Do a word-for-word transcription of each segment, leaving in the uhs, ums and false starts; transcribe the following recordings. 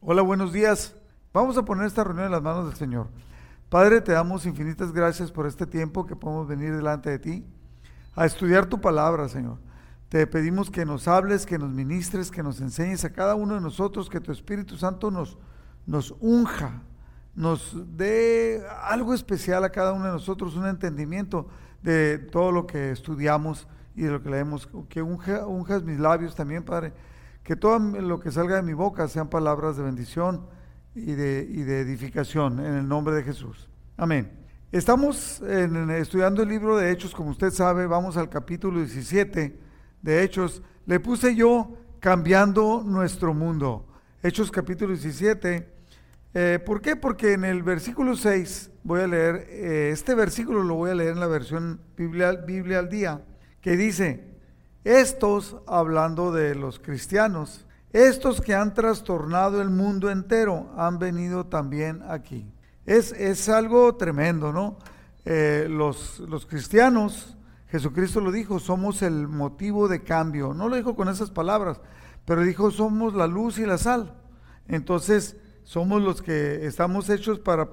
Hola, buenos días. Vamos a poner esta reunión en las manos del Señor. Padre, te damos infinitas gracias por este tiempo que podemos venir delante de ti a estudiar tu palabra, Señor. Te pedimos que nos hables, que nos ministres, que nos enseñes a cada uno de nosotros, que tu Espíritu Santo nos, nos unja, nos dé algo especial a cada uno de nosotros, un entendimiento de todo lo que estudiamos y de lo que leemos, que unja, unjas mis labios también, Padre, que todo lo que salga de mi boca sean palabras de bendición y de, y de edificación, en el nombre de Jesús. Amén. Estamos en, en, estudiando el libro de Hechos, como usted sabe, vamos al capítulo diecisiete de Hechos. Le puse yo, cambiando nuestro mundo. Hechos capítulo diecisiete. Eh, ¿Por qué? Porque en el versículo seis, voy a leer, eh, este versículo lo voy a leer en la versión Biblia, Biblia al día, que dice: estos, hablando de los cristianos, estos que han trastornado el mundo entero, han venido también aquí. Es, es algo tremendo, ¿no? Eh, los, los cristianos, Jesucristo lo dijo, somos el motivo de cambio. No lo dijo con esas palabras, pero dijo, somos la luz y la sal. Entonces, somos los que estamos hechos para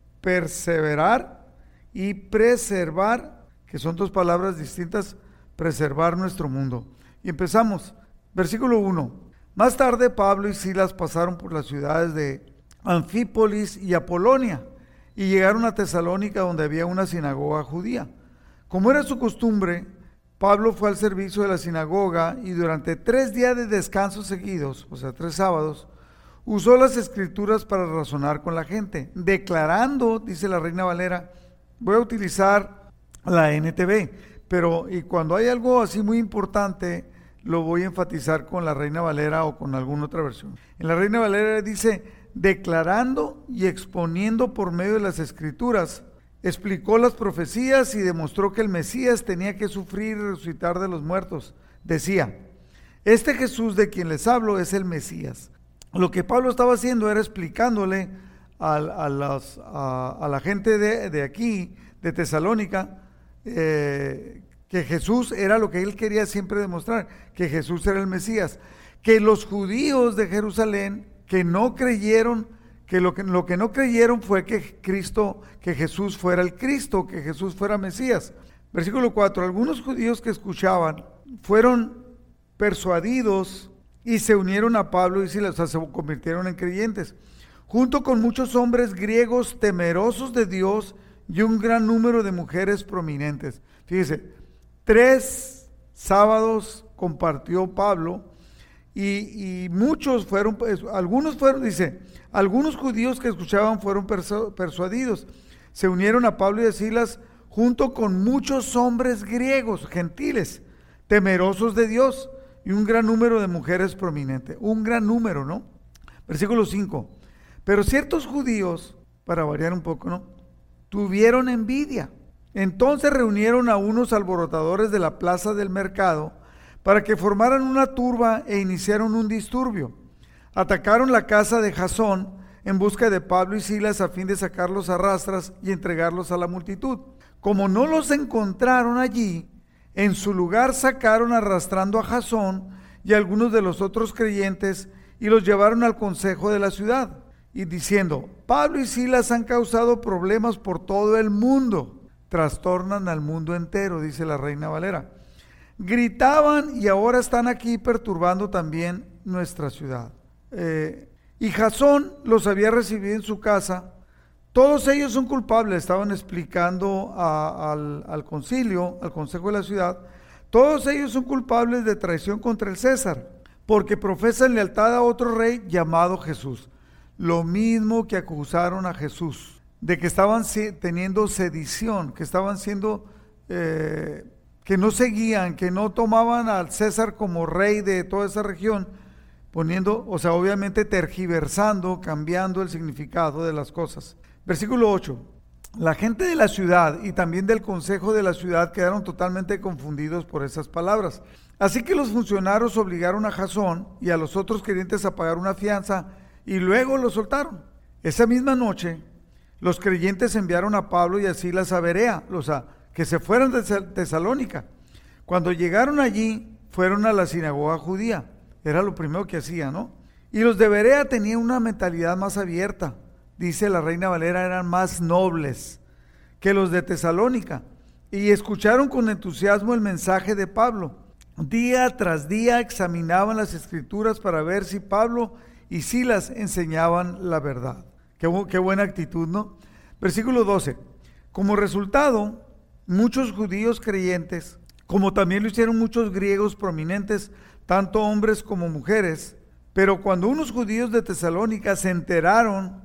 perseverar y preservar, que son dos palabras distintas, preservar nuestro mundo. Y empezamos, versículo uno. Más tarde Pablo y Silas pasaron por las ciudades de Anfípolis y Apolonia y llegaron a Tesalónica, donde había una sinagoga judía. Como era su costumbre, Pablo fue al servicio de la sinagoga y durante tres días de descanso seguidos, o sea, tres sábados, usó las escrituras para razonar con la gente, declarando, dice la Reina Valera, voy a utilizar la N T V, pero y cuando hay algo así muy importante, lo voy a enfatizar con la Reina Valera o con alguna otra versión. En la Reina Valera dice, declarando y exponiendo por medio de las escrituras, explicó las profecías y demostró que el Mesías tenía que sufrir y resucitar de los muertos. Decía, este Jesús de quien les hablo es el Mesías. Lo que Pablo estaba haciendo era explicándole a, a, las, a, a la gente de, de aquí, de Tesalónica, eh, que Jesús era lo que él quería siempre demostrar, que Jesús era el Mesías, que los judíos de Jerusalén que no creyeron, que lo que, lo que no creyeron fue que Cristo, que Jesús fuera el Cristo, que Jesús fuera Mesías. Versículo cuatro, algunos judíos que escuchaban fueron persuadidos y se unieron a Pablo y Silas, o sea, se convirtieron en creyentes, junto con muchos hombres griegos temerosos de Dios y un gran número de mujeres prominentes. Fíjese, tres sábados compartió Pablo y, y muchos fueron, pues, algunos fueron, dice, algunos judíos que escuchaban fueron persu- persuadidos, se unieron a Pablo y a Silas junto con muchos hombres griegos, gentiles, temerosos de Dios y un gran número de mujeres prominentes, un gran número, ¿no? Versículo cinco, pero ciertos judíos, para variar un poco, ¿no?, tuvieron envidia. Entonces reunieron a unos alborotadores de la plaza del mercado para que formaran una turba e iniciaron un disturbio. Atacaron la casa de Jasón en busca de Pablo y Silas a fin de sacarlos a rastras y entregarlos a la multitud. Como no los encontraron allí, en su lugar sacaron arrastrando a Jasón y a algunos de los otros creyentes y los llevaron al consejo de la ciudad, y diciendo, Pablo y Silas han causado problemas por todo el mundo, trastornan al mundo entero, dice la Reina Valera. Gritaban y ahora están aquí perturbando también nuestra ciudad. Eh, y Jasón los había recibido en su casa. Todos ellos son culpables, estaban explicando a, al, al concilio, al consejo de la ciudad. Todos ellos son culpables de traición contra el César, porque profesan lealtad a otro rey llamado Jesús. Lo mismo que acusaron a Jesús, de que estaban teniendo sedición, que estaban siendo, eh, que no seguían, que no tomaban al César como rey de toda esa región, poniendo, o sea, obviamente tergiversando, cambiando el significado de las cosas. Versículo ocho, la gente de la ciudad y también del consejo de la ciudad quedaron totalmente confundidos por esas palabras. Así que los funcionarios obligaron a Jasón y a los otros creyentes a pagar una fianza y luego los soltaron. Esa misma noche, los creyentes enviaron a Pablo y a Silas a Berea, o sea, que se fueran de Tesalónica. Cuando llegaron allí, fueron a la sinagoga judía. Era lo primero que hacían, ¿no? Y los de Berea tenían una mentalidad más abierta. Dice la Reina Valera, eran más nobles que los de Tesalónica. Y escucharon con entusiasmo el mensaje de Pablo. Día tras día examinaban las escrituras para ver si Pablo y Silas enseñaban la verdad. Qué, bu- qué buena actitud, ¿no? Versículo doce. Como resultado, muchos judíos creyentes, como también lo hicieron muchos griegos prominentes, tanto hombres como mujeres, pero cuando unos judíos de Tesalónica se enteraron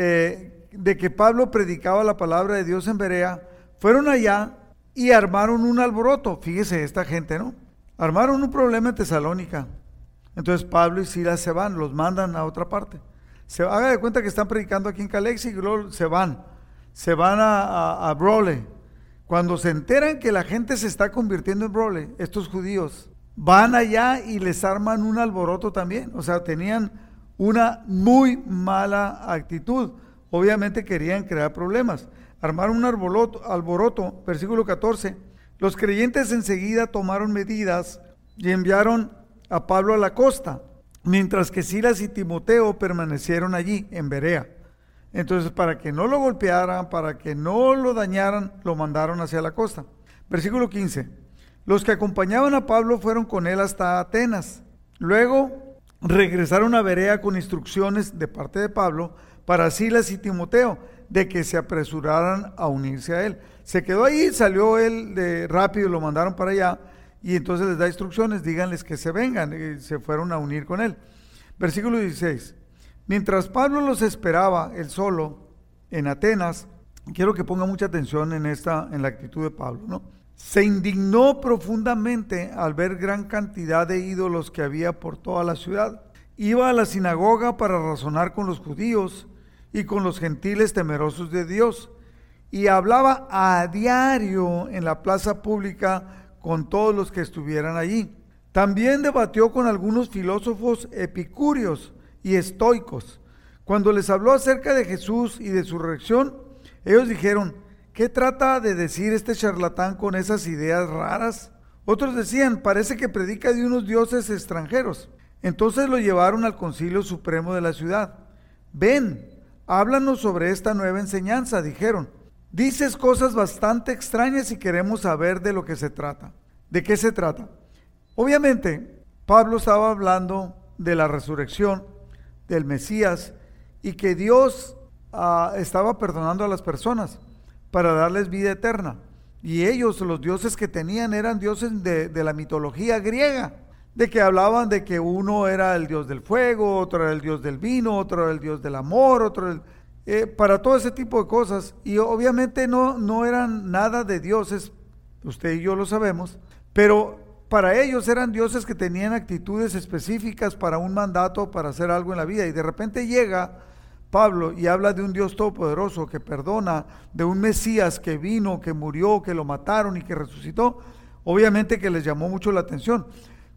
eh, de que Pablo predicaba la palabra de Dios en Berea, fueron allá y armaron un alboroto. Fíjese esta gente, ¿no? Armaron un problema en Tesalónica. Entonces Pablo y Silas se van, los mandan a otra parte. Se haga de cuenta que están predicando aquí en Calexi y luego se van. Se van a, a, a Brole. Cuando se enteran que la gente se está convirtiendo en Brole, estos judíos van allá y les arman un alboroto también. O sea, tenían una muy mala actitud. Obviamente querían crear problemas. Armaron un alboroto, alboroto, versículo catorce. Los creyentes enseguida tomaron medidas y enviaron a Pablo a la costa, mientras que Silas y Timoteo permanecieron allí en Berea. Entonces, para que no lo golpearan, para que no lo dañaran, lo mandaron hacia la costa. Versículo quince. Los que acompañaban a Pablo fueron con él hasta Atenas. Luego regresaron a Berea con instrucciones de parte de Pablo para Silas y Timoteo de que se apresuraran a unirse a él. Se quedó ahí, salió él de rápido, lo mandaron para allá y entonces les da instrucciones, díganles que se vengan, y se fueron a unir con él. Versículo dieciséis. Mientras Pablo los esperaba, él solo, en Atenas, quiero que ponga mucha atención en esta, en la actitud de Pablo, ¿no? Se indignó profundamente al ver gran cantidad de ídolos que había por toda la ciudad. Iba a la sinagoga para razonar con los judíos y con los gentiles temerosos de Dios, y hablaba a diario en la plaza pública con todos los que estuvieran allí. También debatió con algunos filósofos epicúreos y estoicos. Cuando les habló acerca de Jesús y de su resurrección, ellos dijeron: ¿qué trata de decir este charlatán con esas ideas raras? Otros decían: parece que predica de unos dioses extranjeros. Entonces lo llevaron al concilio supremo de la ciudad. Ven, háblanos sobre esta nueva enseñanza, dijeron. Dices cosas bastante extrañas y queremos saber de lo que se trata. ¿De qué se trata? Obviamente, Pablo estaba hablando de la resurrección, del Mesías, y que Dios uh, estaba perdonando a las personas para darles vida eterna. Y ellos, los dioses que tenían, eran dioses de, de la mitología griega, de que hablaban de que uno era el dios del fuego, otro era el dios del vino, otro era el dios del amor, otro el, eh, para todo ese tipo de cosas. Y obviamente no, no eran nada de dioses, usted y yo lo sabemos, pero para ellos eran dioses que tenían actitudes específicas para un mandato, para hacer algo en la vida. Y de repente llega Pablo y habla de un Dios todopoderoso que perdona, de un Mesías que vino, que murió, que lo mataron y que resucitó. Obviamente que les llamó mucho la atención,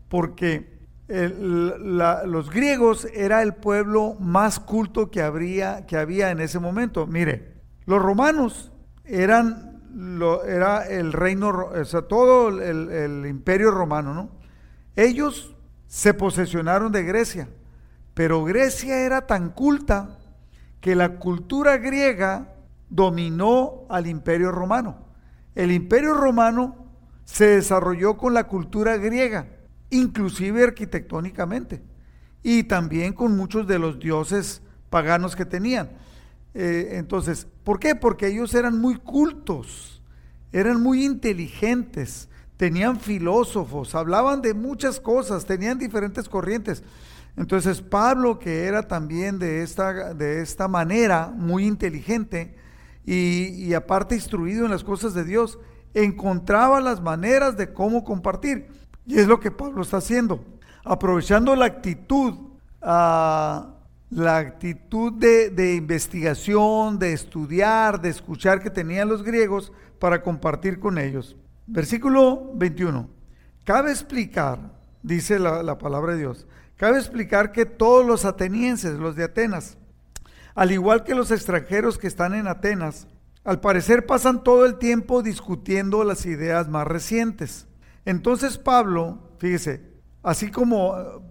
porque el, la, los griegos era el pueblo más culto que, habría, que había en ese momento. Mire, los romanos eran... Lo, era el reino, o sea, todo el, el imperio romano, ¿no? Ellos se posesionaron de Grecia, pero Grecia era tan culta que la cultura griega dominó al imperio romano. El imperio romano se desarrolló con la cultura griega, inclusive arquitectónicamente, y también con muchos de los dioses paganos que tenían. Eh, entonces, ¿por qué? Porque ellos eran muy cultos, eran muy inteligentes, tenían filósofos, hablaban de muchas cosas, tenían diferentes corrientes. Entonces Pablo, que era también de esta, de esta manera, muy inteligente y, y aparte instruido en las cosas de Dios, encontraba las maneras de cómo compartir. Y es lo que Pablo está haciendo, aprovechando la actitud uh, la actitud de, de investigación, de estudiar, de escuchar que tenían los griegos para compartir con ellos. Versículo veintiuno. Cabe explicar, dice la, la palabra de Dios, cabe explicar que todos los atenienses, los de Atenas, al igual que los extranjeros que están en Atenas, al parecer pasan todo el tiempo discutiendo las ideas más recientes. Entonces Pablo, fíjese, así como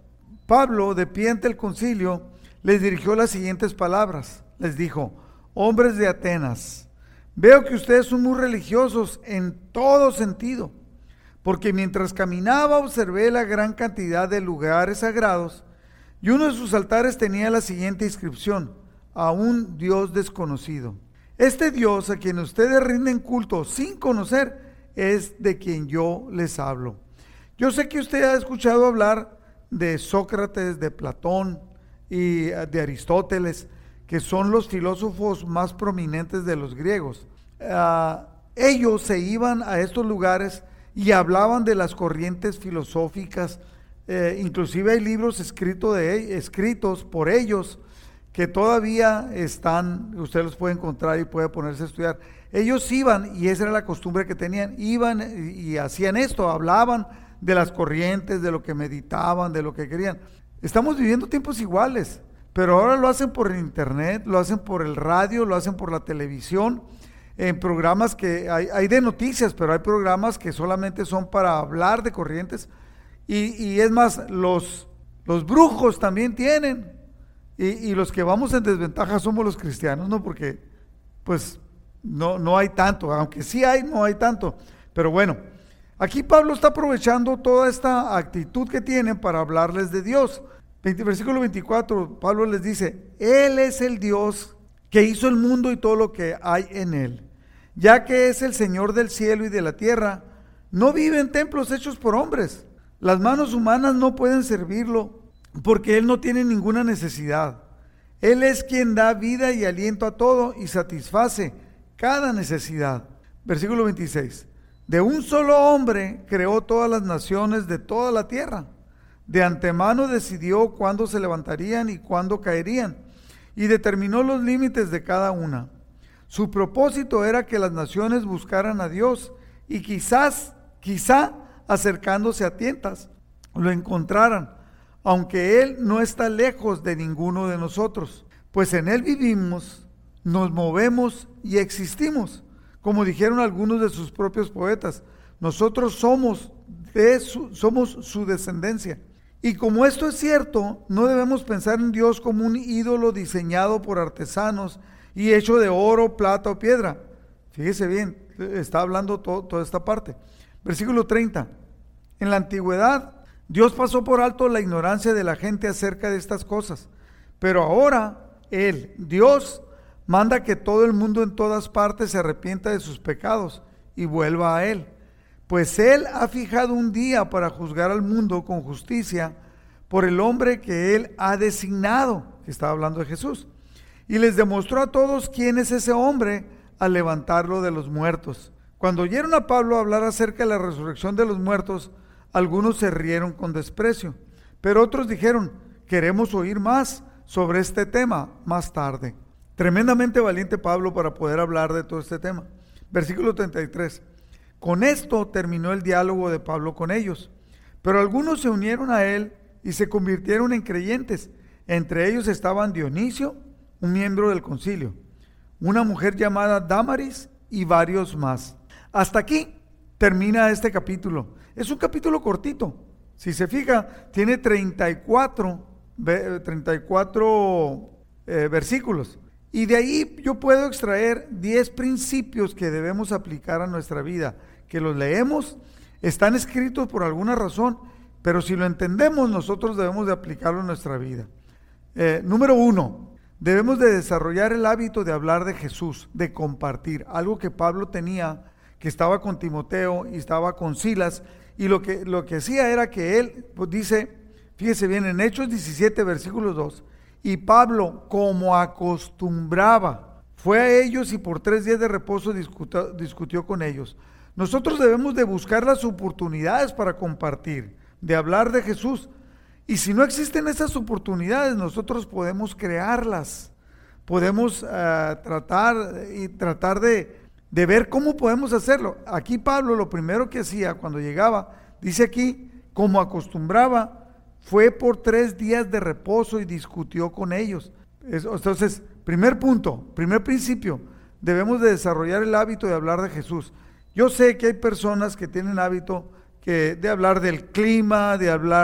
Pablo, de pie ante el concilio, les dirigió las siguientes palabras. Les dijo: hombres de Atenas, veo que ustedes son muy religiosos en todo sentido, porque mientras caminaba observé la gran cantidad de lugares sagrados, y uno de sus altares tenía la siguiente inscripción: a un Dios desconocido. Este Dios a quien ustedes rinden culto sin conocer es de quien yo les hablo. Yo sé que usted ha escuchado hablar de Sócrates, de Platón y de Aristóteles, que son los filósofos más prominentes de los griegos. Uh, ellos se iban a estos lugares y hablaban de las corrientes filosóficas. Eh, inclusive hay libros escrito de, escritos por ellos que todavía están, usted los puede encontrar y puede ponerse a estudiar. Ellos iban, y esa era la costumbre que tenían, iban y, y hacían esto, hablaban de las corrientes, de lo que meditaban, de lo que querían. Estamos viviendo tiempos iguales, pero ahora lo hacen por el internet, lo hacen por el radio, lo hacen por la televisión, en programas que hay, hay de noticias, pero hay programas que solamente son para hablar de corrientes, y, y es más, los, los brujos también tienen, y, y los que vamos en desventaja somos los cristianos, ¿no? Porque pues no, no hay tanto, aunque sí hay, no hay tanto, pero bueno. Aquí Pablo está aprovechando toda esta actitud que tienen para hablarles de Dios. Versículo veinticuatro, Pablo les dice: Él es el Dios que hizo el mundo y todo lo que hay en él. Ya que es el Señor del cielo y de la tierra, no vive en templos hechos por hombres. Las manos humanas no pueden servirlo, porque Él no tiene ninguna necesidad. Él es quien da vida y aliento a todo y satisface cada necesidad. Versículo veintiséis. De un solo hombre creó todas las naciones de toda la tierra. De antemano decidió cuándo se levantarían y cuándo caerían, y determinó los límites de cada una. Su propósito era que las naciones buscaran a Dios y quizás, quizá acercándose a tientas, lo encontraran, aunque Él no está lejos de ninguno de nosotros, pues en Él vivimos, nos movemos y existimos. Como dijeron algunos de sus propios poetas, nosotros somos, de su, somos su descendencia. Y como esto es cierto, no debemos pensar en Dios como un ídolo diseñado por artesanos y hecho de oro, plata o piedra. Fíjese bien, está hablando todo, toda esta parte. Versículo treinta. En la antigüedad, Dios pasó por alto la ignorancia de la gente acerca de estas cosas, pero ahora Él, Dios, manda que todo el mundo en todas partes se arrepienta de sus pecados y vuelva a Él. Pues Él ha fijado un día para juzgar al mundo con justicia por el hombre que Él ha designado, que estaba hablando de Jesús. Y les demostró a todos quién es ese hombre al levantarlo de los muertos. Cuando oyeron a Pablo hablar acerca de la resurrección de los muertos, algunos se rieron con desprecio, pero otros dijeron: queremos oír más sobre este tema más tarde. Tremendamente valiente Pablo para poder hablar de todo este tema. Versículo treinta y tres. Con esto terminó el diálogo de Pablo con ellos, pero algunos se unieron a él y se convirtieron en creyentes. Entre ellos estaban Dionisio, un miembro del concilio, una mujer llamada Dámaris y varios más. Hasta aquí termina este capítulo. Es un capítulo cortito. Si se fija, tiene treinta y cuatro, treinta y cuatro eh, versículos. Y de ahí yo puedo extraer diez principios que debemos aplicar a nuestra vida, que los leemos, están escritos por alguna razón, pero si lo entendemos, nosotros debemos de aplicarlo en nuestra vida. Eh, número uno, debemos de desarrollar el hábito de hablar de Jesús, de compartir, algo que Pablo tenía, que estaba con Timoteo y estaba con Silas, y lo que, lo que hacía era que él, pues dice, fíjese bien, en Hechos diecisiete, versículo dos, y Pablo, como acostumbraba, fue a ellos y por tres días de reposo discutió, discutió con ellos. Nosotros debemos de buscar las oportunidades para compartir, de hablar de Jesús. Y si no existen esas oportunidades, nosotros podemos crearlas. Podemos uh, tratar y tratar de, de ver cómo podemos hacerlo. Aquí Pablo lo primero que hacía cuando llegaba, dice aquí, como acostumbraba, fue por tres días de reposo y discutió con ellos. Entonces, primer punto, primer principio, debemos de desarrollar el hábito de hablar de Jesús. Yo sé que hay personas que tienen hábito que, de hablar del clima, de hablar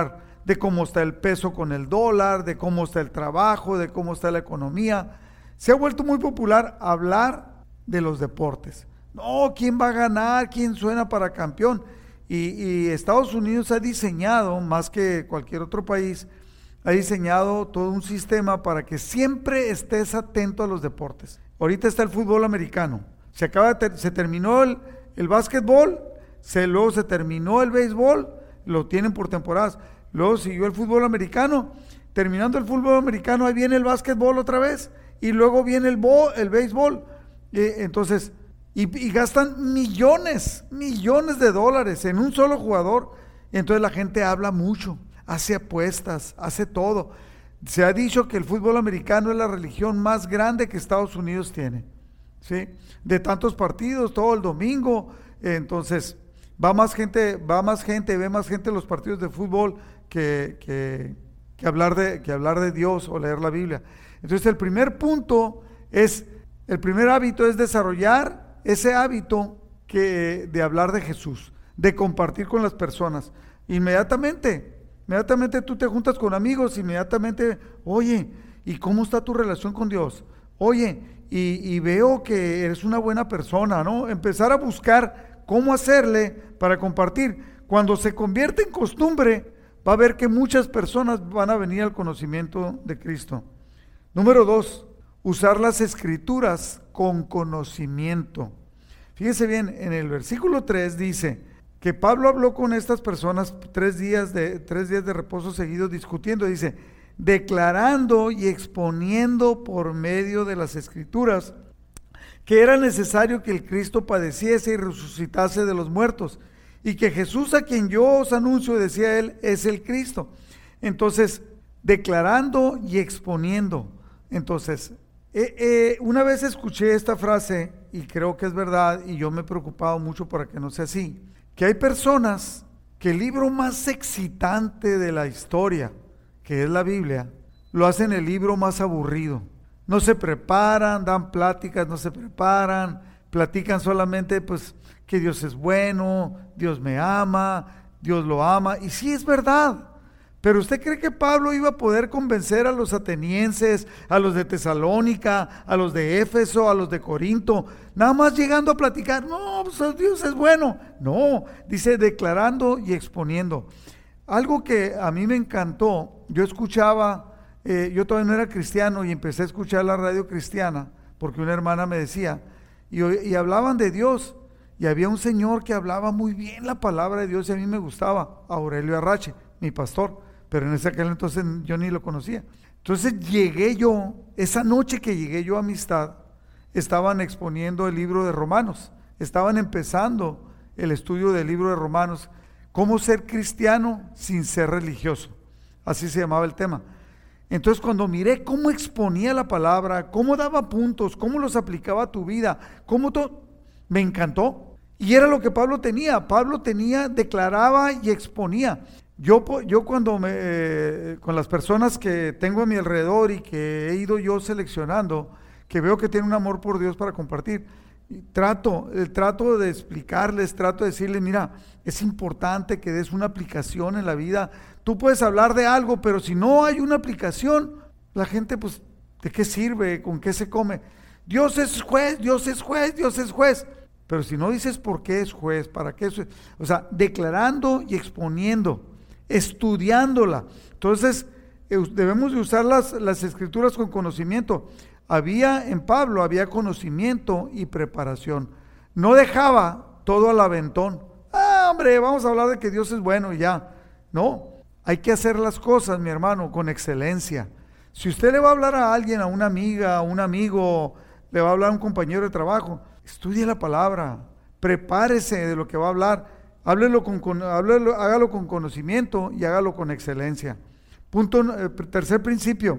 de cómo está el peso con el dólar, de cómo está el trabajo, de cómo está la economía. Se ha vuelto muy popular hablar de los deportes. No, ¿quién va a ganar? ¿Quién suena para campeón? Y, y Estados Unidos ha diseñado, más que cualquier otro país, ha diseñado todo un sistema para que siempre estés atento a los deportes. Ahorita está el fútbol americano. Se acaba de ter- se terminó el, el básquetbol, se, luego se terminó el béisbol, lo tienen por temporadas. Luego siguió el fútbol americano. Terminando el fútbol americano, ahí viene el básquetbol otra vez. Y luego viene el, bo- el béisbol. Eh, entonces, y, y gastan millones, millones de dólares en un solo jugador. Entonces la gente habla mucho, hace apuestas, hace todo. Se ha dicho que el fútbol americano es la religión más grande que Estados Unidos tiene, ¿sí? De tantos partidos, todo el domingo. Entonces, va más gente, va más gente, ve más gente los partidos de fútbol que, que, que, hablar de, que hablar de Dios o leer la Biblia. Entonces, el primer punto es, el primer hábito es desarrollar ese hábito que, de hablar de Jesús, de compartir con las personas. Inmediatamente, inmediatamente tú te juntas con amigos, inmediatamente, oye, ¿y cómo está tu relación con Dios? Oye, y, y veo que eres una buena persona, ¿no? Empezar a buscar cómo hacerle para compartir. Cuando se convierte en costumbre, va a ver que muchas personas van a venir al conocimiento de Cristo. Número dos, usar las escrituras con conocimiento. Fíjese bien, en el versículo tres dice que Pablo habló con estas personas tres días de, tres días de reposo seguidos discutiendo, dice, declarando y exponiendo por medio de las escrituras que era necesario que el Cristo padeciese y resucitase de los muertos, y que Jesús, a quien yo os anuncio, decía él, es el Cristo. Entonces, declarando y exponiendo. Entonces, eh, eh, una vez escuché esta frase, y creo que es verdad, y yo me he preocupado mucho para que no sea así, que hay personas que el libro más excitante de la historia, que es la Biblia, lo hacen el libro más aburrido. No se preparan, dan pláticas, no se preparan, platican solamente pues que Dios es bueno, Dios me ama, Dios lo ama, y sí es verdad. Pero ¿usted cree que Pablo iba a poder convencer a los atenienses, a los de Tesalónica, a los de Éfeso, a los de Corinto, nada más llegando a platicar? No, pues Dios es bueno. No, dice declarando y exponiendo. Algo que a mí me encantó, yo escuchaba, eh, yo todavía no era cristiano y empecé a escuchar la radio cristiana, porque una hermana me decía, y, y hablaban de Dios, y había un señor que hablaba muy bien la palabra de Dios y a mí me gustaba, Aurelio Arrache, mi pastor, pero en ese aquel entonces yo ni lo conocía. Entonces llegué yo, esa noche que llegué yo a Amistad, estaban exponiendo el libro de Romanos, estaban empezando el estudio del libro de Romanos, cómo ser cristiano sin ser religioso, así se llamaba el tema. Entonces cuando miré cómo exponía la palabra, cómo daba puntos, cómo los aplicaba a tu vida, cómo todo, me encantó. Y era lo que Pablo tenía, Pablo tenía, declaraba y exponía. Yo, yo cuando me, eh, con las personas que tengo a mi alrededor y que he ido yo seleccionando, que veo que tienen un amor por Dios para compartir, y trato, eh, trato de explicarles, trato de decirles, mira, es importante que des una aplicación en la vida. Tú puedes hablar de algo, pero si no hay una aplicación, la gente pues, ¿de qué sirve? ¿Con qué se come? Dios es juez, Dios es juez, Dios es juez. Pero si no dices por qué es juez, para qué es, o sea, declarando y exponiendo, estudiándola. Entonces, debemos de usar las, las escrituras con conocimiento. Había en Pablo, había conocimiento y preparación. No dejaba todo al aventón. Ah, hombre, vamos a hablar de que Dios es bueno y ya. No, hay que hacer las cosas, mi hermano, con excelencia. Si usted le va a hablar a alguien, a una amiga, a un amigo, le va a hablar a un compañero de trabajo, estudie la palabra, prepárese de lo que va a hablar, háblelo con, con, háblelo, hágalo con conocimiento y hágalo con excelencia. Punto, eh, tercer principio,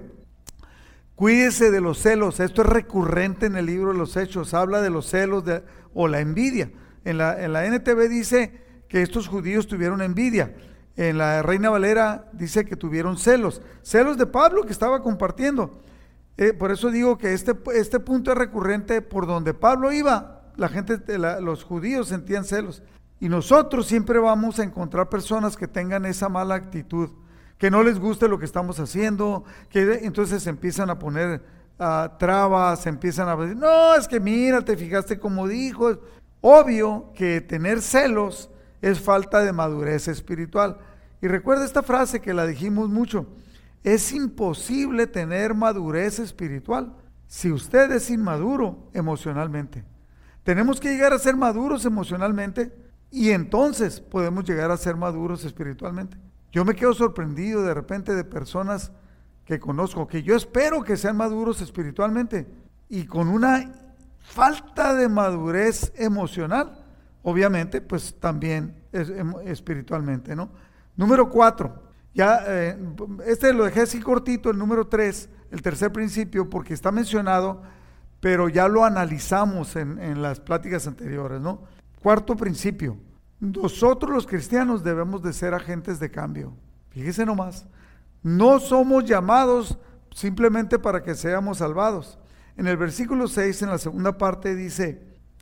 cuídese de los celos. Esto es recurrente en el libro de los Hechos, habla de los celos de, o la envidia. En la, en la N T V dice que estos judíos tuvieron envidia. En la Reina Valera dice que tuvieron celos, celos de Pablo que estaba compartiendo. Eh, por eso digo que este, este punto es recurrente. Por donde Pablo iba, la gente, la, los judíos sentían celos. Y nosotros siempre vamos a encontrar personas que tengan esa mala actitud. que no les guste lo que estamos haciendo, que entonces empiezan a poner uh, trabas, empiezan a decir, no, es que mira, te fijaste como dijo. Obvio que tener celos es falta de madurez espiritual. Y recuerda esta frase que la dijimos mucho, es imposible tener madurez espiritual si usted es inmaduro emocionalmente. Tenemos que llegar a ser maduros emocionalmente y entonces podemos llegar a ser maduros espiritualmente. Yo me quedo sorprendido de repente de personas que conozco, que yo espero que sean maduros espiritualmente y con una falta de madurez emocional, obviamente, pues también es, espiritualmente, ¿no? Número cuatro, ya eh, este lo dejé así cortito, el número tres, el tercer principio, porque está mencionado, pero ya lo analizamos en, en las pláticas anteriores, ¿no? Cuarto principio, nosotros los cristianos debemos de ser agentes de cambio. Fíjese nomás, no somos llamados simplemente para que seamos salvados. En el versículo seis, en la segunda parte dice,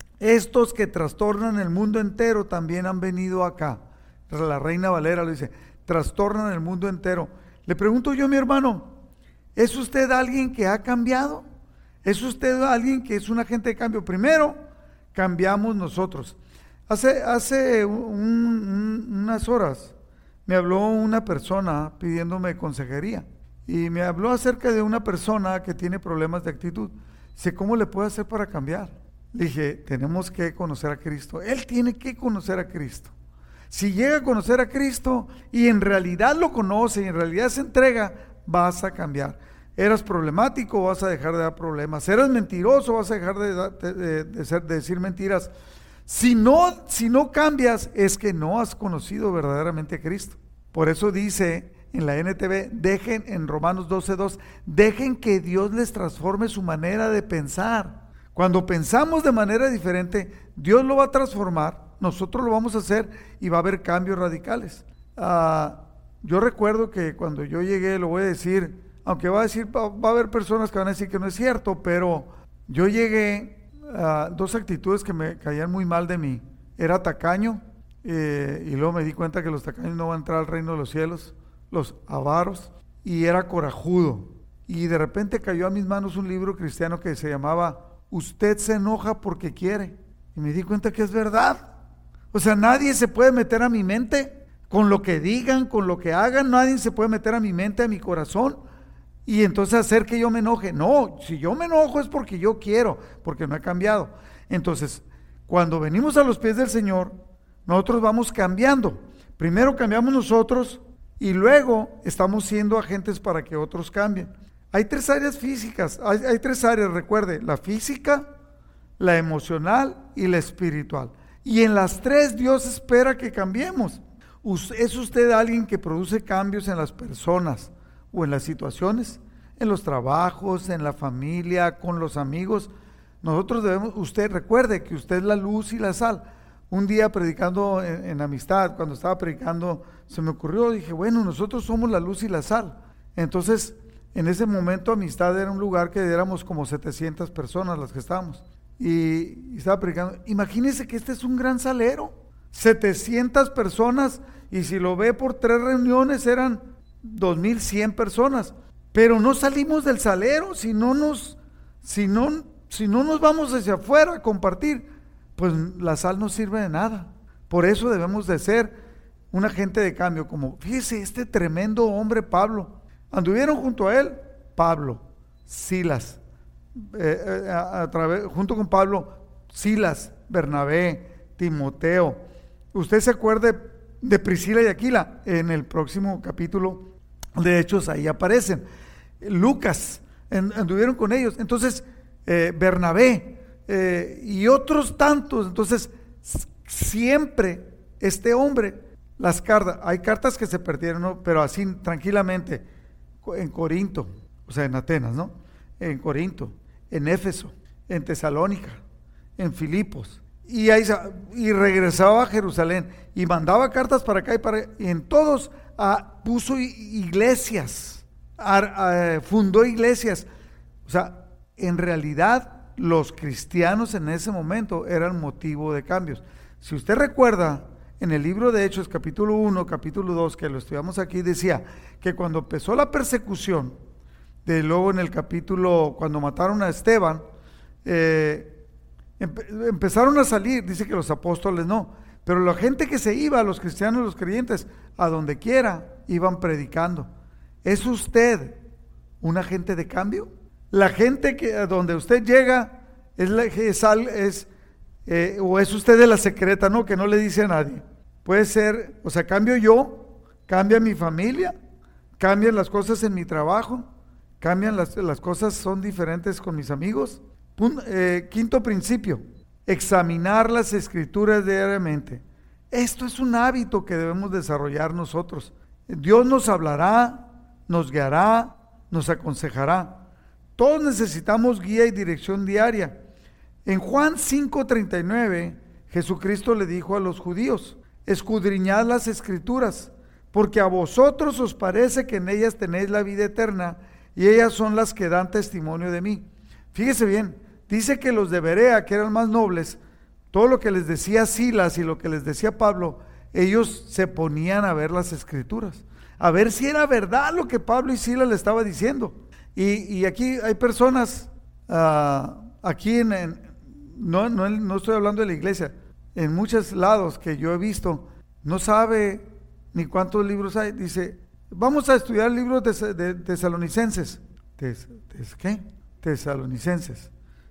estos que trastornan el mundo entero también han venido acá. La Reina Valera lo dice, trastornan el mundo entero. Le pregunto yo, mi hermano, ¿es usted alguien que ha cambiado? ¿Es usted alguien que es un agente de cambio? Primero, cambiamos nosotros. Hace, hace un, un, unas horas me habló una persona pidiéndome consejería y me habló acerca de una persona que tiene problemas de actitud. Dice, ¿cómo le puedo hacer para cambiar? Le dije, tenemos que conocer a Cristo. Él tiene que conocer a Cristo. Si llega a conocer a Cristo y en realidad lo conoce y en realidad se entrega, vas a cambiar. Eras problemático, vas a dejar de dar problemas. Eras mentiroso, vas a dejar de, de, de, de, ser, de decir mentiras. Si no, si no cambias, es que no has conocido verdaderamente a Cristo. Por eso dice en la N T V, dejen en Romanos doce dos, dejen que Dios les transforme su manera de pensar. Cuando pensamos de manera diferente, Dios lo va a transformar, nosotros lo vamos a hacer y va a haber cambios radicales. Uh, yo recuerdo que cuando yo llegué, lo voy a decir, aunque va a decir, va, va a haber personas que van a decir que no es cierto, pero yo llegué a uh, dos actitudes que me caían muy mal de mí. Era tacaño, eh, y luego me di cuenta que los tacaños no van a entrar al reino de los cielos, los avaros, y era corajudo. Y de repente cayó a mis manos un libro cristiano que se llamaba Usted se enoja porque quiere. Y me di cuenta que es verdad. O sea, nadie se puede meter a mi mente con lo que digan, con lo que hagan. Nadie se puede meter a mi mente, a mi corazón, y entonces hacer que yo me enoje. No, si yo me enojo es porque yo quiero, porque no he cambiado. Entonces, cuando venimos a los pies del Señor, nosotros vamos cambiando. Primero cambiamos nosotros y luego estamos siendo agentes para que otros cambien. Hay tres áreas físicas, hay, hay tres áreas, recuerde, la física, la emocional y la espiritual. Y en las tres Dios espera que cambiemos. ¿Es usted alguien que produce cambios en las personas o en las situaciones? En los trabajos, en la familia, con los amigos. Nosotros debemos, usted recuerde que usted es la luz y la sal. Un día predicando en, en amistad, cuando estaba predicando, se me ocurrió, dije, bueno, nosotros somos la luz y la sal. Entonces, en ese momento Amistad era un lugar que éramos como setecientas personas las que estábamos. Y, y estaba predicando, imagínense que este es un gran salero, setecientas personas, y si lo ve por tres reuniones eran dos mil cien personas, pero no salimos del salero, si no nos, si no, si no nos vamos hacia afuera a compartir, pues la sal no sirve de nada. Por eso debemos de ser un agente de cambio, como fíjese este tremendo hombre Pablo. Anduvieron junto a él Pablo, Silas, eh, eh, a, a través, junto con Pablo, Silas, Bernabé, Timoteo. Usted se acuerde de Priscila y Aquila, en el próximo capítulo de Hechos ahí aparecen. Lucas, en, anduvieron con ellos. Entonces, eh, Bernabé eh, y otros tantos. Entonces, siempre este hombre, las cartas, hay cartas que se perdieron, ¿no? Pero así tranquilamente. En Corinto, o sea, en Atenas, ¿no? En Corinto, en Éfeso, en Tesalónica, en Filipos, y ahí y regresaba a Jerusalén y mandaba cartas para acá y para y en todos ah, puso iglesias, ah, ah, fundó iglesias. O sea, en realidad los cristianos en ese momento eran motivo de cambios. Si usted recuerda, en el libro de Hechos, capítulo uno, capítulo dos, que lo estudiamos aquí, decía que cuando empezó la persecución, de luego en el capítulo, cuando mataron a Esteban, eh, empe- empezaron a salir, dice que los apóstoles no, pero la gente que se iba, los cristianos, los creyentes, a donde quiera, iban predicando. ¿Es usted un agente de cambio? La gente que a donde usted llega, es, la, es, es eh, o es usted de la secreta, ¿no? Que no le dice a nadie. Puede ser, o sea, cambio yo, cambia mi familia, cambian las cosas en mi trabajo, cambian las, las cosas, son diferentes con mis amigos. Punto, eh, quinto principio, examinar las escrituras diariamente. Esto es un hábito que debemos desarrollar nosotros. Dios nos hablará, nos guiará, nos aconsejará. Todos necesitamos guía y dirección diaria. En Juan cinco treinta y nueve, Jesucristo le dijo a los judíos: escudriñad las escrituras, porque a vosotros os parece que en ellas tenéis la vida eterna, y ellas son las que dan testimonio de mí. Fíjese bien, dice que los de Berea, que eran más nobles, todo lo que les decía Silas y lo que les decía Pablo, ellos se ponían a ver las escrituras, a ver si era verdad lo que Pablo y Silas le estaban diciendo. Y, y aquí hay personas, uh, aquí en, en no, no, no estoy hablando de la iglesia, en muchos lados que yo he visto, no sabe ni cuántos libros hay. Dice, vamos a estudiar libros de, de, de tesalonicenses. Tes, tes, ¿Qué? Tesalonicenses.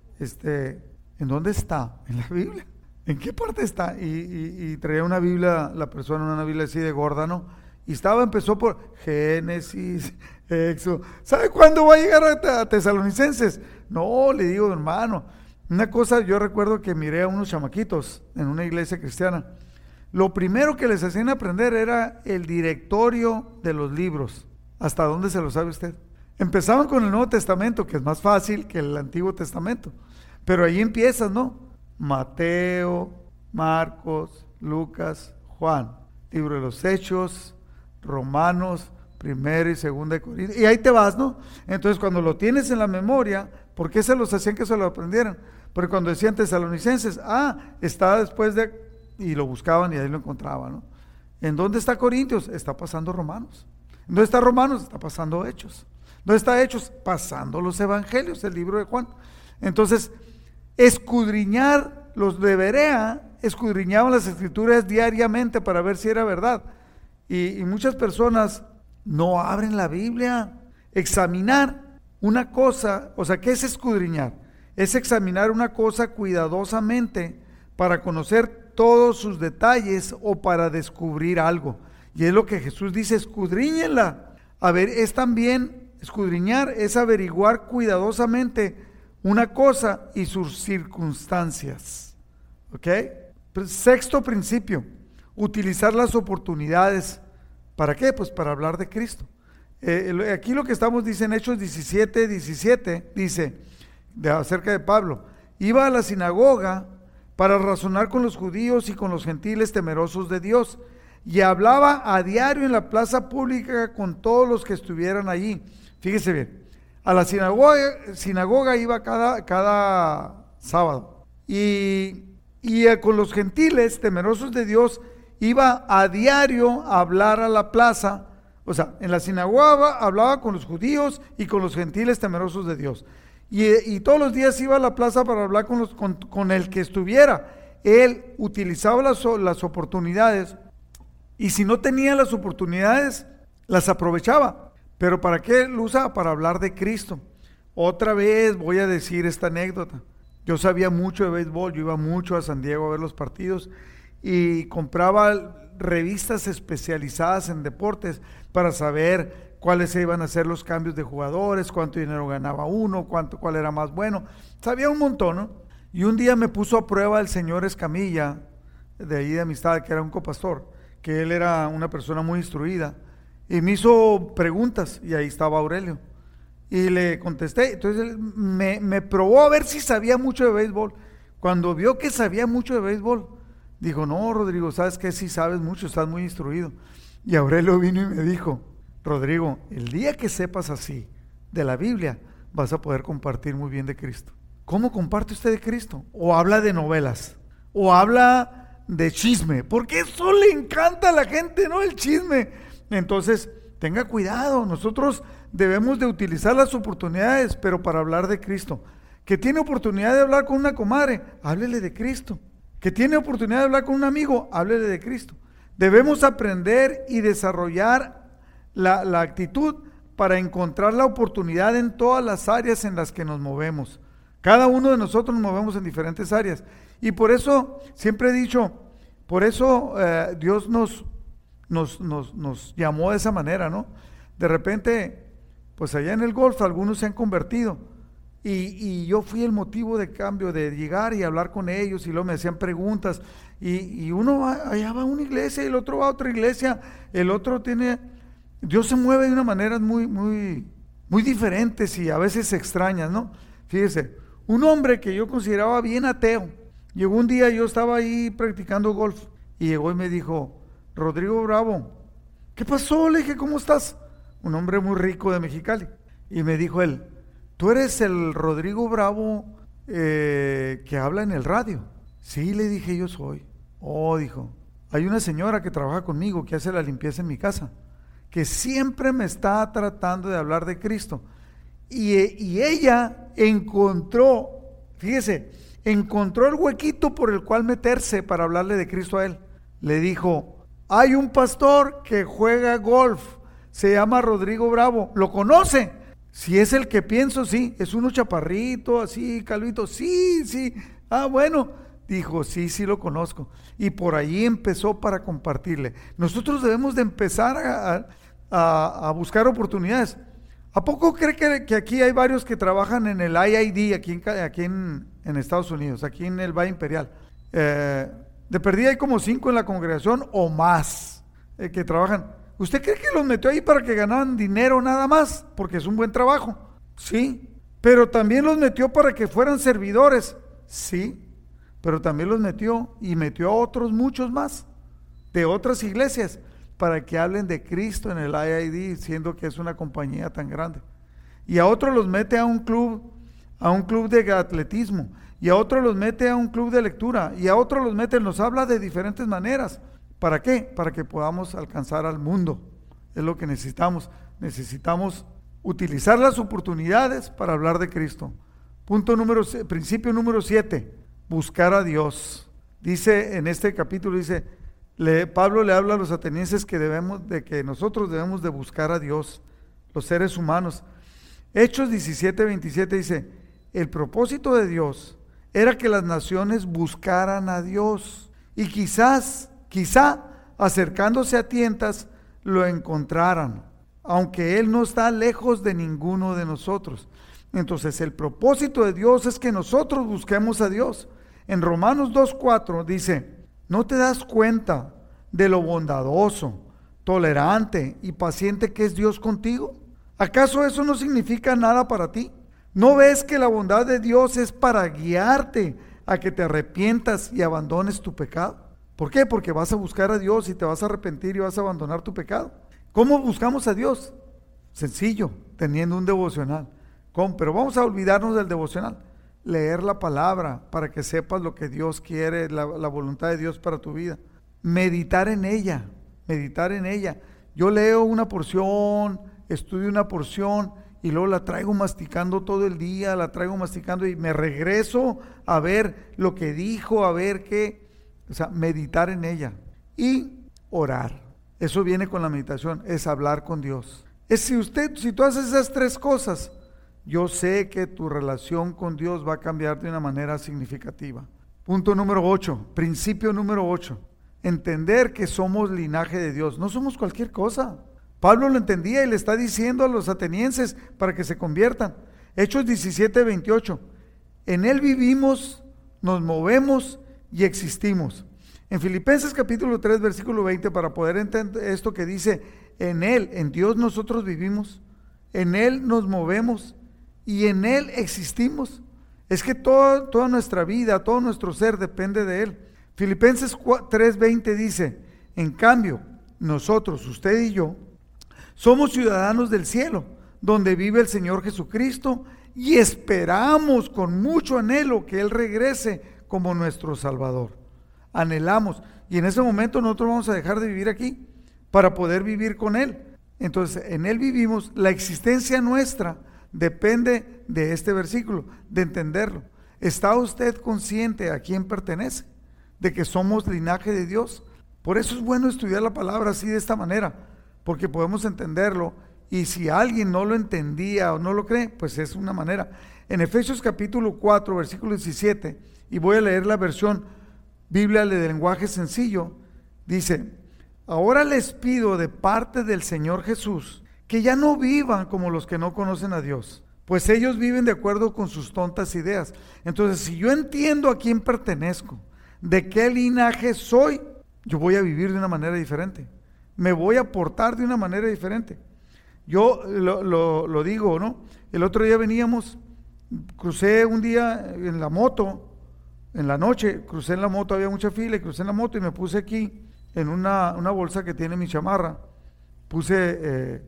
Este, ¿en dónde está? ¿En la Biblia? ¿En qué parte está? Y, y, y traía una Biblia, la persona, una Biblia así de gorda, ¿no? Y estaba, empezó por Génesis, Éxodo. ¿Sabe cuándo va a llegar a, a Tesalonicenses? No, le digo, hermano. Una cosa, yo recuerdo que miré a unos chamaquitos en una iglesia cristiana. Lo primero que les hacían aprender era el directorio de los libros. ¿Hasta dónde se lo sabe usted? Empezaban con el Nuevo Testamento, que es más fácil que el Antiguo Testamento. Pero ahí empiezas, ¿no? Mateo, Marcos, Lucas, Juan. Libro de los Hechos, Romanos, primera y segunda de Corintios. Y ahí te vas, ¿no? Entonces cuando lo tienes en la memoria, ¿por qué se los hacían que se lo aprendieran? Porque cuando decían tesalonicenses, ah, está después de... y lo buscaban y ahí lo encontraban, ¿no? ¿En dónde está Corintios? Está pasando Romanos. ¿En dónde está Romanos? Está pasando Hechos. ¿Dónde está Hechos? Pasando los Evangelios, el libro de Juan. Entonces, escudriñar, los de Berea escudriñaban las escrituras diariamente para ver si era verdad. Y, y muchas personas no abren la Biblia. Examinar una cosa, o sea, ¿qué es escudriñar? Es examinar una cosa cuidadosamente para conocer todos sus detalles o para descubrir algo. Y es lo que Jesús dice, escudriñenla. A ver, es también, escudriñar es averiguar cuidadosamente una cosa y sus circunstancias. ¿Ok? Sexto principio, utilizar las oportunidades. ¿Para qué? Pues para hablar de Cristo. Eh, aquí lo que estamos, dice en Hechos diecisiete, diecisiete, dice, de, acerca de Pablo, iba a la sinagoga para razonar con los judíos y con los gentiles temerosos de Dios, y hablaba a diario en la plaza pública con todos los que estuvieran allí. Fíjese bien, a la sinagoga, sinagoga iba cada, cada sábado, y, y con los gentiles temerosos de Dios iba a diario a hablar a la plaza. O sea, en la sinagoga hablaba con los judíos y con los gentiles temerosos de Dios. Y, y todos los días iba a la plaza para hablar con, los, con, con el que estuviera. Él utilizaba las, las oportunidades, y si no tenía las oportunidades, las aprovechaba. ¿Pero para qué lo usaba? Para hablar de Cristo. Otra vez voy a decir esta anécdota. Yo sabía mucho de béisbol, yo iba mucho a San Diego a ver los partidos y compraba revistas especializadas en deportes para saber cuáles se iban a hacer los cambios de jugadores, cuánto dinero ganaba uno, cuánto, cuál era más bueno. Sabía un montón, ¿no? Y un día me puso a prueba el señor Escamilla, de ahí de Amistad, que era un copastor, que él era una persona muy instruida, y me hizo preguntas, y ahí estaba Aurelio. Y le contesté, entonces él me, me probó a ver si sabía mucho de béisbol. Cuando vio que sabía mucho de béisbol, dijo, no, Rodrigo, ¿sabes qué? Sí sabes mucho, estás muy instruido. Y Aurelio vino y me dijo, Rodrigo, el día que sepas así de la Biblia, vas a poder compartir muy bien de Cristo. ¿Cómo comparte usted de Cristo? ¿O habla de novelas? ¿O habla de chisme, porque eso le encanta a la gente, ¿no? El chisme. Entonces, tenga cuidado, nosotros debemos de utilizar las oportunidades, pero para hablar de Cristo. Que tiene oportunidad de hablar con una comadre, háblele de Cristo. Que tiene oportunidad de hablar con un amigo, háblele de Cristo. Debemos aprender y desarrollar la, la actitud para encontrar la oportunidad en todas las áreas en las que nos movemos. Cada uno de nosotros nos movemos en diferentes áreas. Y por eso, siempre he dicho, por eso eh, Dios nos, nos, nos, nos llamó de esa manera, ¿no? De repente, pues allá en el golf algunos se han convertido. Y, y yo fui el motivo de cambio, de llegar y hablar con ellos, y luego me hacían preguntas. Y, y uno va, allá va a una iglesia, y el otro va a otra iglesia, el otro tiene... Dios se mueve de una manera muy, muy, muy diferentes y a veces extrañas, ¿no? Fíjese, un hombre que yo consideraba bien ateo, llegó un día, yo estaba ahí practicando golf, y llegó y me dijo, Rodrigo Bravo, ¿qué pasó? Le dije, ¿cómo estás? Un hombre muy rico de Mexicali. Y me dijo él, ¿tú eres el Rodrigo Bravo eh, que habla en el radio? Sí, le dije, yo soy. Oh, dijo, hay una señora que trabaja conmigo, que hace la limpieza en mi casa, que siempre me está tratando de hablar de Cristo. Y, y ella encontró, fíjese, encontró el huequito por el cual meterse para hablarle de Cristo a él. Le dijo, hay un pastor que juega golf, se llama Rodrigo Bravo, ¿lo conoce? Si es el que pienso, sí, es uno chaparrito, así, calvito, sí, sí, ah, bueno, dijo, sí, sí lo conozco. Y por ahí empezó para compartirle. Nosotros debemos de empezar a, a, a buscar oportunidades. ¿A poco cree que, que aquí hay varios que trabajan en el I I D, aquí en, aquí en, en Estados Unidos, aquí en el Valle Imperial? Eh, de perdida hay como cinco en la congregación o más eh, que trabajan. ¿Usted cree que los metió ahí para que ganaran dinero nada más? Porque es un buen trabajo, sí. Pero también los metió para que fueran servidores, sí. Pero también los metió y metió a otros muchos más de otras iglesias para que hablen de Cristo en el I I D, siendo que es una compañía tan grande. Y a otros los mete a un club, a un club de atletismo, y a otros los mete a un club de lectura, y a otros los mete, nos habla de diferentes maneras. ¿Para qué? Para que podamos alcanzar al mundo. Es lo que necesitamos. Necesitamos utilizar las oportunidades para hablar de Cristo. Punto número, principio número siete, buscar a Dios. Dice en este capítulo, dice, le, Pablo le habla a los atenienses que debemos, de que nosotros debemos de buscar a Dios, los seres humanos. Hechos diecisiete, veintisiete dice, el propósito de Dios era que las naciones buscaran a Dios y quizás, quizá acercándose a tientas lo encontraran, aunque Él no está lejos de ninguno de nosotros. Entonces el propósito de Dios es que nosotros busquemos a Dios. En Romanos dos cuatro dice, ¿no te das cuenta de lo bondadoso, tolerante y paciente que es Dios contigo? ¿Acaso eso no significa nada para ti? ¿No ves que la bondad de Dios es para guiarte a que te arrepientas y abandones tu pecado? ¿Por qué? Porque vas a buscar a Dios y te vas a arrepentir y vas a abandonar tu pecado. ¿Cómo buscamos a Dios? Sencillo, teniendo un devocional. ¿Cómo? Pero vamos a olvidarnos del devocional. Leer la palabra para que sepas lo que Dios quiere, la, la voluntad de Dios para tu vida. Meditar en ella, meditar en ella. Yo leo una porción, estudio una porción y luego la traigo masticando todo el día, la traigo masticando y me regreso a ver lo que dijo, a ver qué, o sea, meditar en ella y orar. Eso viene con la meditación, es hablar con Dios. Es si usted, si tú haces esas tres cosas, yo sé que tu relación con Dios va a cambiar de una manera significativa. Punto número ocho, principio número ocho, entender que somos linaje de Dios, no somos cualquier cosa. Pablo lo entendía y le está diciendo a los atenienses para que se conviertan. Hechos diecisiete, veintiocho, en Él vivimos, nos movemos y existimos. En Filipenses capítulo tres, versículo veinte, para poder entender esto que dice, en Él, en Dios nosotros vivimos, en Él nos movemos y en Él existimos. Es que todo, toda nuestra vida, todo nuestro ser depende de Él. Filipenses tres, veinte dice, en cambio, nosotros, usted y yo, somos ciudadanos del cielo, donde vive el Señor Jesucristo y esperamos con mucho anhelo que Él regrese como nuestro Salvador. anhelamos. Y en ese momento nosotros vamos a dejar de vivir aquí para poder vivir con Él. Entonces, en Él vivimos. La existencia nuestra depende de este versículo, de entenderlo. ¿Está usted consciente a quién pertenece? De que somos linaje de Dios. Por eso es bueno estudiar la palabra así, de esta manera, porque podemos entenderlo. Y si alguien no lo entendía o no lo cree, pues es una manera. En Efesios capítulo cuatro, versículo diecisiete, y voy a leer la versión Biblia de lenguaje sencillo, dice: ahora les pido de parte del Señor Jesús que ya no vivan como los que no conocen a Dios, pues ellos viven de acuerdo con sus tontas ideas. Entonces, si yo entiendo a quién pertenezco, de qué linaje soy, yo voy a vivir de una manera diferente, me voy a portar de una manera diferente. Yo lo, lo, lo digo, ¿no? El otro día veníamos, crucé un día en la moto, en la noche, crucé en la moto, había mucha fila, y crucé en la moto y me puse aquí, en una, una bolsa que tiene mi chamarra, puse eh,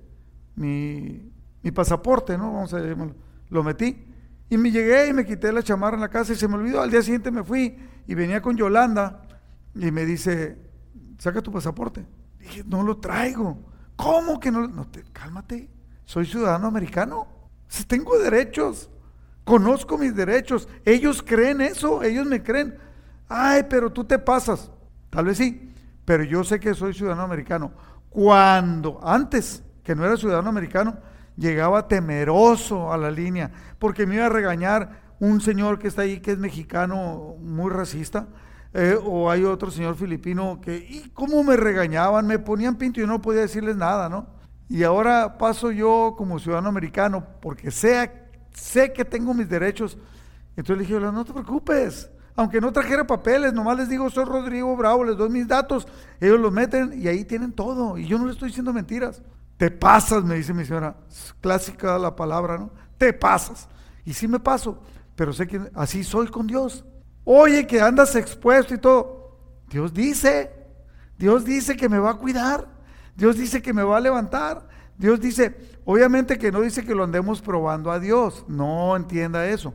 mi, mi pasaporte, ¿no? Vamos a llamarlo, lo metí, y me llegué y me quité la chamarra en la casa y se me olvidó. Al día siguiente me fui y venía con Yolanda y me dice: saca tu pasaporte. Dije: no lo traigo. ¿Cómo que no? No te, cálmate, soy ciudadano americano, tengo derechos, conozco mis derechos, ellos creen eso, ellos me creen. Ay, pero tú te pasas. Tal vez sí, pero yo sé que soy ciudadano americano. Cuando, antes que no era ciudadano americano, llegaba temeroso a la línea, porque me iba a regañar un señor que está ahí, que es mexicano, muy racista, eh, o hay otro señor filipino que, y cómo me regañaban, me ponían pinto y yo no podía decirles nada, ¿no? Y ahora paso yo como ciudadano americano, porque sé, sé que tengo mis derechos. Entonces le dije: no te preocupes, aunque no trajera papeles, nomás les digo: soy Rodrigo Bravo, les doy mis datos, ellos los meten y ahí tienen todo, y yo no les estoy diciendo mentiras. Te pasas, me dice mi señora, clásica la palabra, ¿no? Te pasas. Y sí me paso, pero sé que así soy con Dios. Oye, que andas expuesto y todo. Dios dice, Dios dice que me va a cuidar, Dios dice que me va a levantar, Dios dice, obviamente que no dice que lo andemos probando a Dios, no entienda eso,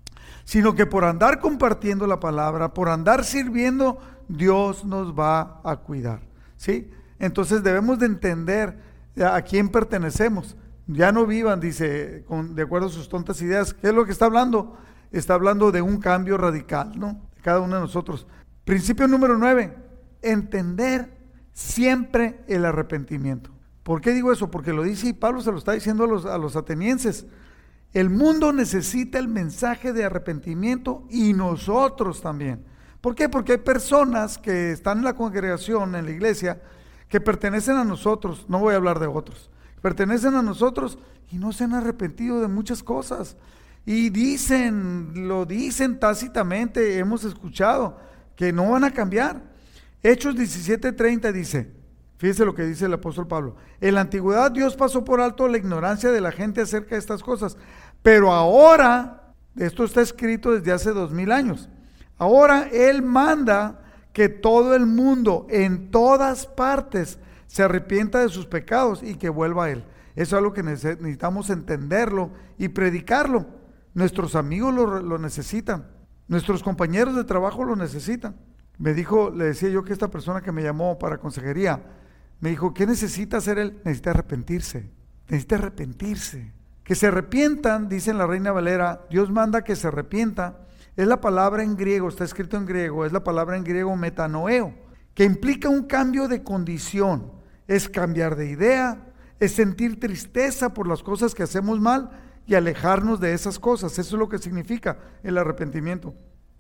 sino que por andar compartiendo la palabra, por andar sirviendo, Dios nos va a cuidar, ¿sí? Entonces debemos de entender a quién pertenecemos. Ya no vivan, dice, con, de acuerdo a sus tontas ideas. ¿Qué es lo que está hablando? Está hablando de un cambio radical, ¿no? De cada uno de nosotros. Principio número nueve, entender siempre el arrepentimiento. ¿Por qué digo eso? Porque lo dice, y Pablo se lo está diciendo a los, a los atenienses. El mundo necesita el mensaje de arrepentimiento y nosotros también. ¿Por qué? Porque hay personas que están en la congregación, en la iglesia, que pertenecen a nosotros, no voy a hablar de otros, pertenecen a nosotros y no se han arrepentido de muchas cosas. Y dicen, lo dicen tácitamente, hemos escuchado, que no van a cambiar. Hechos diecisiete treinta dice, fíjese lo que dice el apóstol Pablo: en la antigüedad Dios pasó por alto la ignorancia de la gente acerca de estas cosas, pero ahora, esto está escrito desde hace dos mil años, ahora Él manda que todo el mundo, en todas partes, se arrepienta de sus pecados y que vuelva a Él. Eso es algo que necesitamos entenderlo y predicarlo. Nuestros amigos lo, lo necesitan, nuestros compañeros de trabajo lo necesitan. Me dijo, le decía yo que esta persona que me llamó para consejería, me dijo: ¿qué necesita hacer él? Necesita arrepentirse, necesita arrepentirse. Que se arrepientan, dice en la Reina Valera, Dios manda que se arrepienta. Es la palabra en griego, está escrito en griego, es la palabra en griego metanoeo, que implica un cambio de condición, es cambiar de idea, es sentir tristeza por las cosas que hacemos mal y alejarnos de esas cosas. Eso es lo que significa el arrepentimiento.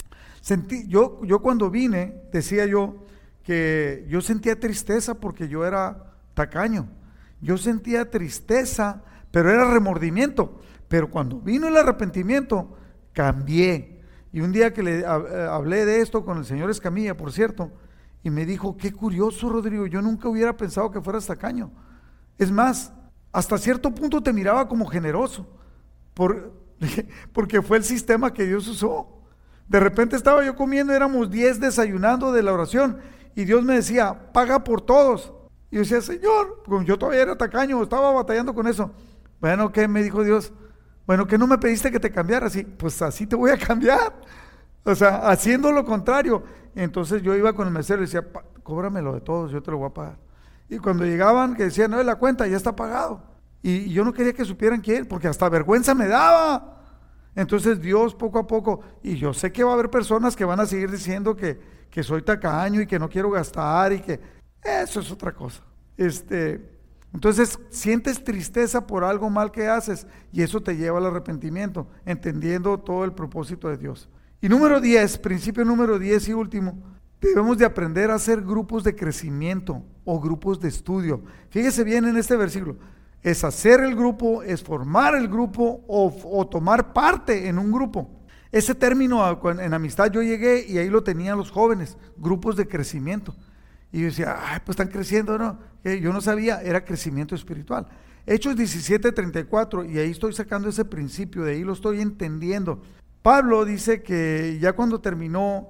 Sentí, yo, yo cuando vine, decía yo, que yo sentía tristeza porque yo era tacaño, yo sentía tristeza, pero era remordimiento, pero cuando vino el arrepentimiento, cambié. Y un día que le hablé de esto con el señor Escamilla, por cierto, y me dijo: qué curioso, Rodrigo, yo nunca hubiera pensado que fueras tacaño. Es más, hasta cierto punto te miraba como generoso, por, porque fue el sistema que Dios usó. De repente estaba yo comiendo, éramos diez desayunando de la oración, y Dios me decía: paga por todos. Y yo decía: Señor, como yo todavía era tacaño, estaba batallando con eso. Bueno, ¿qué me dijo Dios? Bueno, ¿que no me pediste que te cambiara? Así, pues así te voy a cambiar. O sea, haciendo lo contrario. Entonces yo iba con el mesero y decía, cóbramelo de todos, yo te lo voy a pagar. Y cuando llegaban, que decían, no, la cuenta ya está pagado. Y yo no quería que supieran quién, porque hasta vergüenza me daba. Entonces Dios poco a poco, y yo sé que va a haber personas que van a seguir diciendo que, que soy tacaño y que no quiero gastar y que eso es otra cosa. Este, entonces sientes tristeza por algo mal que haces y eso te lleva al arrepentimiento, entendiendo todo el propósito de Dios. Y número diez, principio número diez y último, debemos de aprender a hacer grupos de crecimiento o grupos de estudio. Fíjese bien en este versículo. Es hacer el grupo, es formar el grupo o, o tomar parte en un grupo. Ese término en amistad yo llegué y ahí lo tenían los jóvenes, grupos de crecimiento. Y yo decía, ay, pues están creciendo, ¿no? Eh, yo no sabía, era crecimiento espiritual. Hechos diecisiete treinta y cuatro, y ahí estoy sacando ese principio, de ahí lo estoy entendiendo. Pablo dice que ya cuando terminó,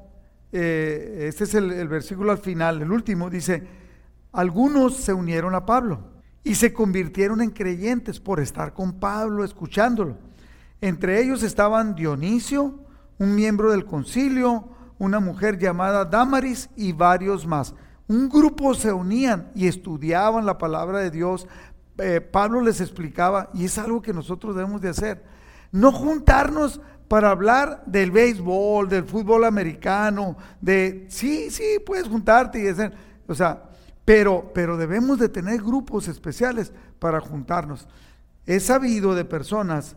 eh, este es el, el versículo al final, el último, dice, algunos se unieron a Pablo y se convirtieron en creyentes por estar con Pablo, escuchándolo. Entre ellos estaban Dionisio, un miembro del concilio, una mujer llamada Dámaris y varios más. Un grupo se unían y estudiaban la palabra de Dios. Eh, Pablo les explicaba, y es algo que nosotros debemos de hacer. No juntarnos para hablar del béisbol, del fútbol americano, de, sí, sí, puedes juntarte y hacer, o sea, Pero, pero debemos de tener grupos especiales para juntarnos. He sabido de personas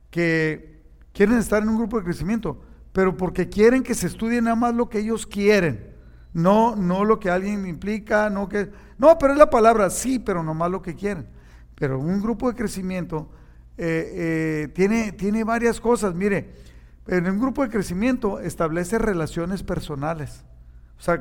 que quieren estar en un grupo de crecimiento, pero porque quieren que se estudie nada más lo que ellos quieren, no, no lo que alguien implica, no que, no, pero es la palabra, sí, pero nomás lo que quieren. Pero un grupo de crecimiento eh, eh, tiene, tiene varias cosas. Mire, en un grupo de crecimiento establece relaciones personales, o sea,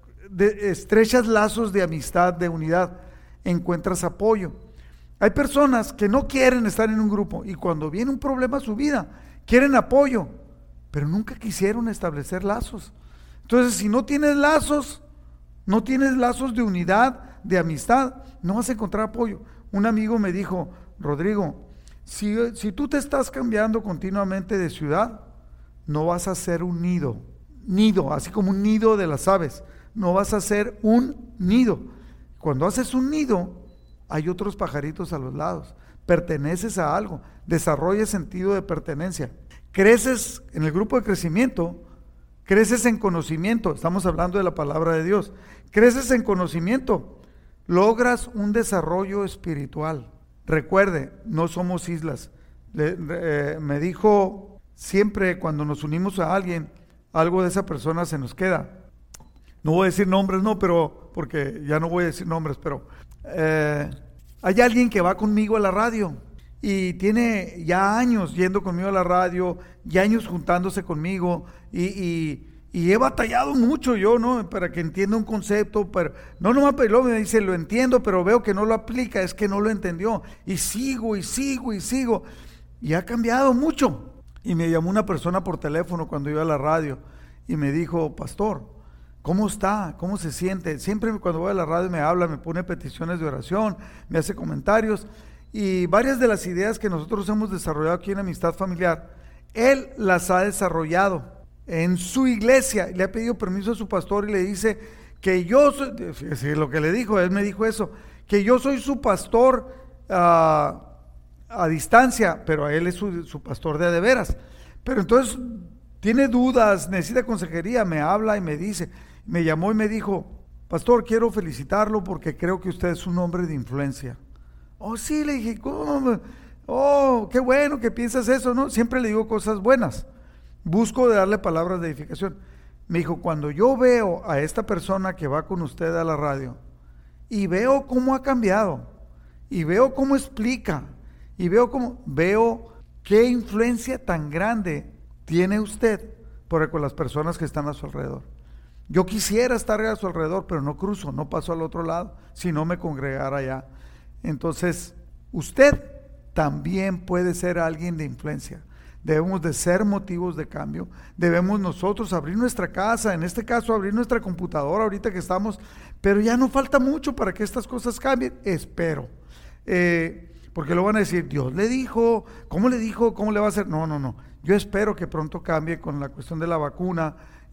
de estrechas lazos de amistad, de unidad, encuentras apoyo. Hay personas que no quieren estar en un grupo y cuando viene un problema a su vida, quieren apoyo, pero nunca quisieron establecer lazos. Entonces, si no tienes lazos, no tienes lazos de unidad, de amistad, no vas a encontrar apoyo. Un amigo me dijo, Rodrigo, si, si tú te estás cambiando continuamente de ciudad, no vas a ser un nido, nido, así como un nido de las aves. No vas a hacer un nido. Cuando haces un nido, hay otros pajaritos a los lados. Perteneces a algo, desarrollas sentido de pertenencia. Creces en el grupo de crecimiento, creces en conocimiento. Estamos hablando de la palabra de Dios. Creces en conocimiento, logras un desarrollo espiritual. Recuerde, no somos islas. Le, eh, me dijo siempre cuando nos unimos a alguien, algo de esa persona se nos queda. No voy a decir nombres, no, pero, porque ya no voy a decir nombres, pero eh, hay alguien que va conmigo a la radio y tiene ya años yendo conmigo a la radio, y años juntándose conmigo y, y, y he batallado mucho yo, ¿no? Para que entienda un concepto, pero no nomás, pero me dice, lo entiendo, pero veo que no lo aplica, es que no lo entendió, y sigo, y sigo, y sigo, y ha cambiado mucho. Y me llamó una persona por teléfono cuando iba a la radio y me dijo, pastor, ¿cómo está? ¿Cómo se siente? Siempre cuando voy a la radio me habla, me pone peticiones de oración, me hace comentarios y varias de las ideas que nosotros hemos desarrollado aquí en Amistad Familiar, él las ha desarrollado en su iglesia. Le ha pedido permiso a su pastor y le dice que yo soy, fíjese lo que le dijo, él me dijo eso, que yo soy su pastor uh, a distancia, pero a él es su, su pastor de a de veras. Pero entonces tiene dudas, necesita consejería, me habla y me dice, me llamó y me dijo, pastor, quiero felicitarlo porque creo que usted es un hombre de influencia. Oh, sí, le dije, ¿cómo? Oh, qué bueno que piensas eso, ¿no? Siempre le digo cosas buenas, busco darle palabras de edificación. Me dijo, cuando yo veo a esta persona que va con usted a la radio y veo cómo ha cambiado y veo cómo explica y veo cómo, veo qué influencia tan grande tiene usted por con las personas que están a su alrededor. Yo quisiera estar a su alrededor, pero no cruzo, no paso al otro lado, si no me congregara allá. Entonces, usted también puede ser alguien de influencia. Debemos de ser motivos de cambio. Debemos nosotros abrir nuestra casa, en este caso abrir nuestra computadora ahorita que estamos, pero ya no falta mucho para que estas cosas cambien, espero. Eh, porque lo van a decir, Dios le dijo, ¿cómo le dijo? ¿Cómo le va a hacer? No, no, no. Yo espero que pronto cambie con la cuestión de la vacuna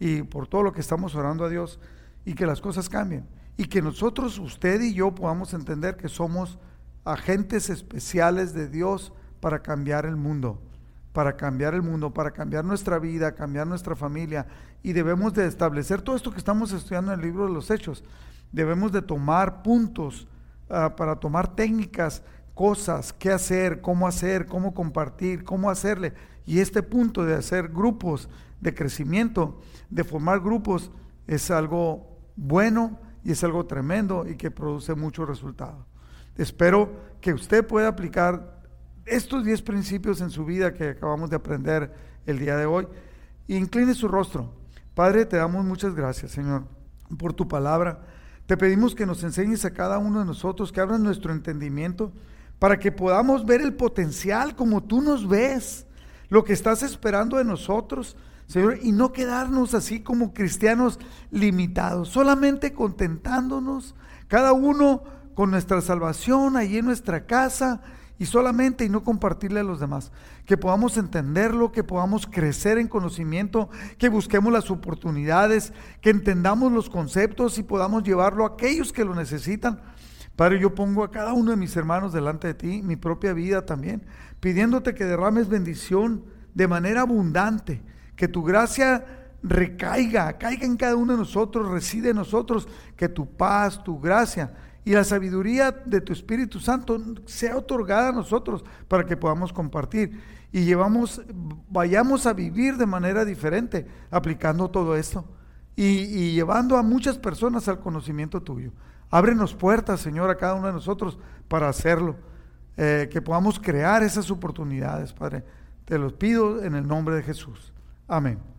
y por todo lo que estamos orando a Dios, y que las cosas cambien, y que nosotros, usted y yo, podamos entender que somos agentes especiales de Dios para cambiar el mundo, para cambiar el mundo, para cambiar nuestra vida, cambiar nuestra familia, y debemos de establecer todo esto que estamos estudiando en el libro de los Hechos. Debemos de tomar puntos uh, para tomar técnicas, cosas, qué hacer, cómo hacer, cómo compartir, cómo hacerle, y este punto de hacer grupos de crecimiento, de formar grupos, es algo bueno y es algo tremendo y que produce mucho resultado. Espero que usted pueda aplicar estos diez principios en su vida que acabamos de aprender el día de hoy. Incline su rostro. Padre, te damos muchas gracias, Señor, por tu palabra. Te pedimos que nos enseñes a cada uno de nosotros, que abras nuestro entendimiento para que podamos ver el potencial como tú nos ves, lo que estás esperando de nosotros, Señor, y no quedarnos así como cristianos limitados, solamente contentándonos, cada uno con nuestra salvación allí en nuestra casa, y solamente y no compartirle a los demás, que podamos entenderlo, que podamos crecer en conocimiento, que busquemos las oportunidades, que entendamos los conceptos y podamos llevarlo a aquellos que lo necesitan. Padre, yo pongo a cada uno de mis hermanos delante de ti, mi propia vida también, pidiéndote que derrames bendición de manera abundante, que tu gracia recaiga, caiga en cada uno de nosotros, reside en nosotros, que tu paz, tu gracia y la sabiduría de tu Espíritu Santo sea otorgada a nosotros para que podamos compartir y llevamos, vayamos a vivir de manera diferente, aplicando todo esto y, y llevando a muchas personas al conocimiento tuyo. Ábrenos puertas, Señor, a cada uno de nosotros para hacerlo, eh, que podamos crear esas oportunidades, Padre. Te los pido en el nombre de Jesús. Amén.